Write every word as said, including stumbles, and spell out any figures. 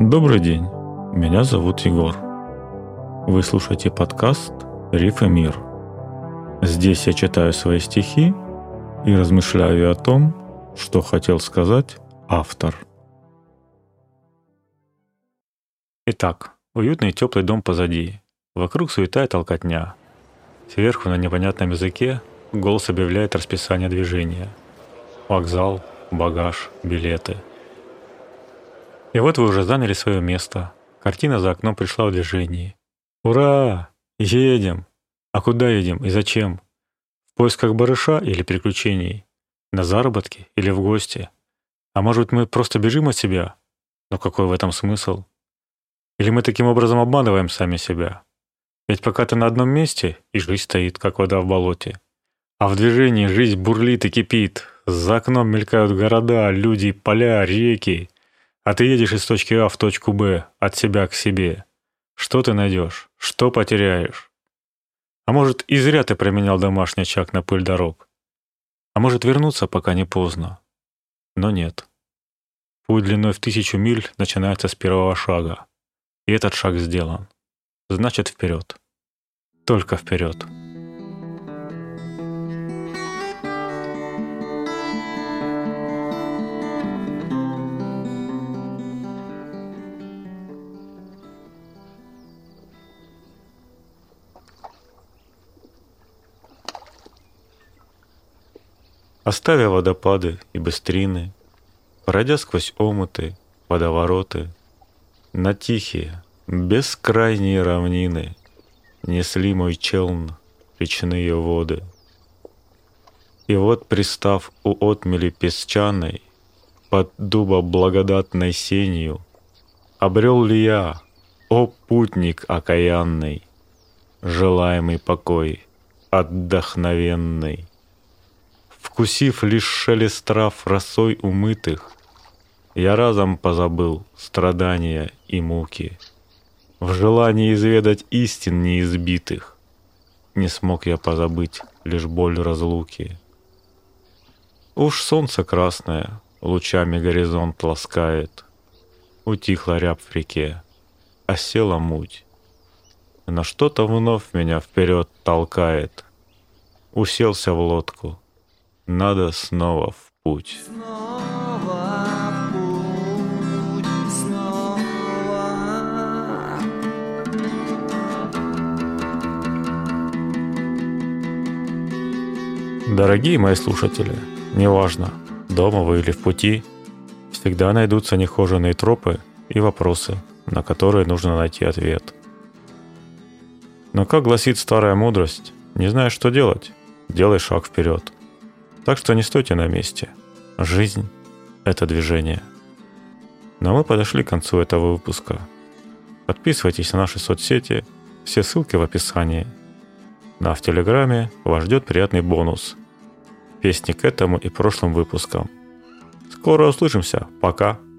Добрый день, меня зовут Егор. Вы слушаете подкаст «Риф и мир». Здесь я читаю свои стихи и размышляю о том, что хотел сказать автор. Итак, уютный и теплый дом позади. Вокруг суета и толкотня. Сверху на непонятном языке голос объявляет расписание движения. Вокзал, багаж, билеты. И вот вы уже заняли свое место. Картина за окном пришла в движение. Ура! Едем! А куда едем и зачем? В поисках барыша или приключений? На заработки или в гости? А может, мы просто бежим от себя? Но какой в этом смысл? Или мы таким образом обманываем сами себя? Ведь пока ты на одном месте, и жизнь стоит, как вода в болоте. А в движении жизнь бурлит и кипит. За окном мелькают города, люди, поля, реки. А ты едешь из точки А в точку Б, от себя к себе. Что ты найдешь? Что потеряешь? А может, и зря ты променял домашний очаг на пыль дорог? А может, вернуться, пока не поздно? Но нет. Путь длиной в тысячу миль начинается с первого шага. И этот шаг сделан. Значит, вперед. Только вперед. Оставя водопады и быстрины, пройдя сквозь омуты, водовороты, на тихие, бескрайние равнины несли мой челн речные воды. И вот, пристав у отмели песчаной, под дуба благодатной сенью, обрел ли я, о путник окаянный, желаемый покой отдохновенный? Вкусив лишь шелест трав росой умытых, я разом позабыл страдания и муки. В желании изведать истин неизбитых не смог я позабыть лишь боль разлуки. Уж солнце красное лучами горизонт ласкает, утихла рябь в реке, осела муть. Но что-то вновь меня вперед толкает. Уселся в лодку, надо снова в путь. Снова в путь, снова. Дорогие мои слушатели, неважно, дома вы или в пути, всегда найдутся нехоженные тропы и вопросы, на которые нужно найти ответ. Но, как гласит старая мудрость, не знаешь, что делать, делай шаг вперед. Так что не стойте на месте. Жизнь — это движение. Но мы подошли к концу этого выпуска. Подписывайтесь на наши соцсети, все ссылки в описании. Ну а в Телеграме вас ждет приятный бонус. Песни к этому и прошлым выпускам. Скоро услышимся. Пока.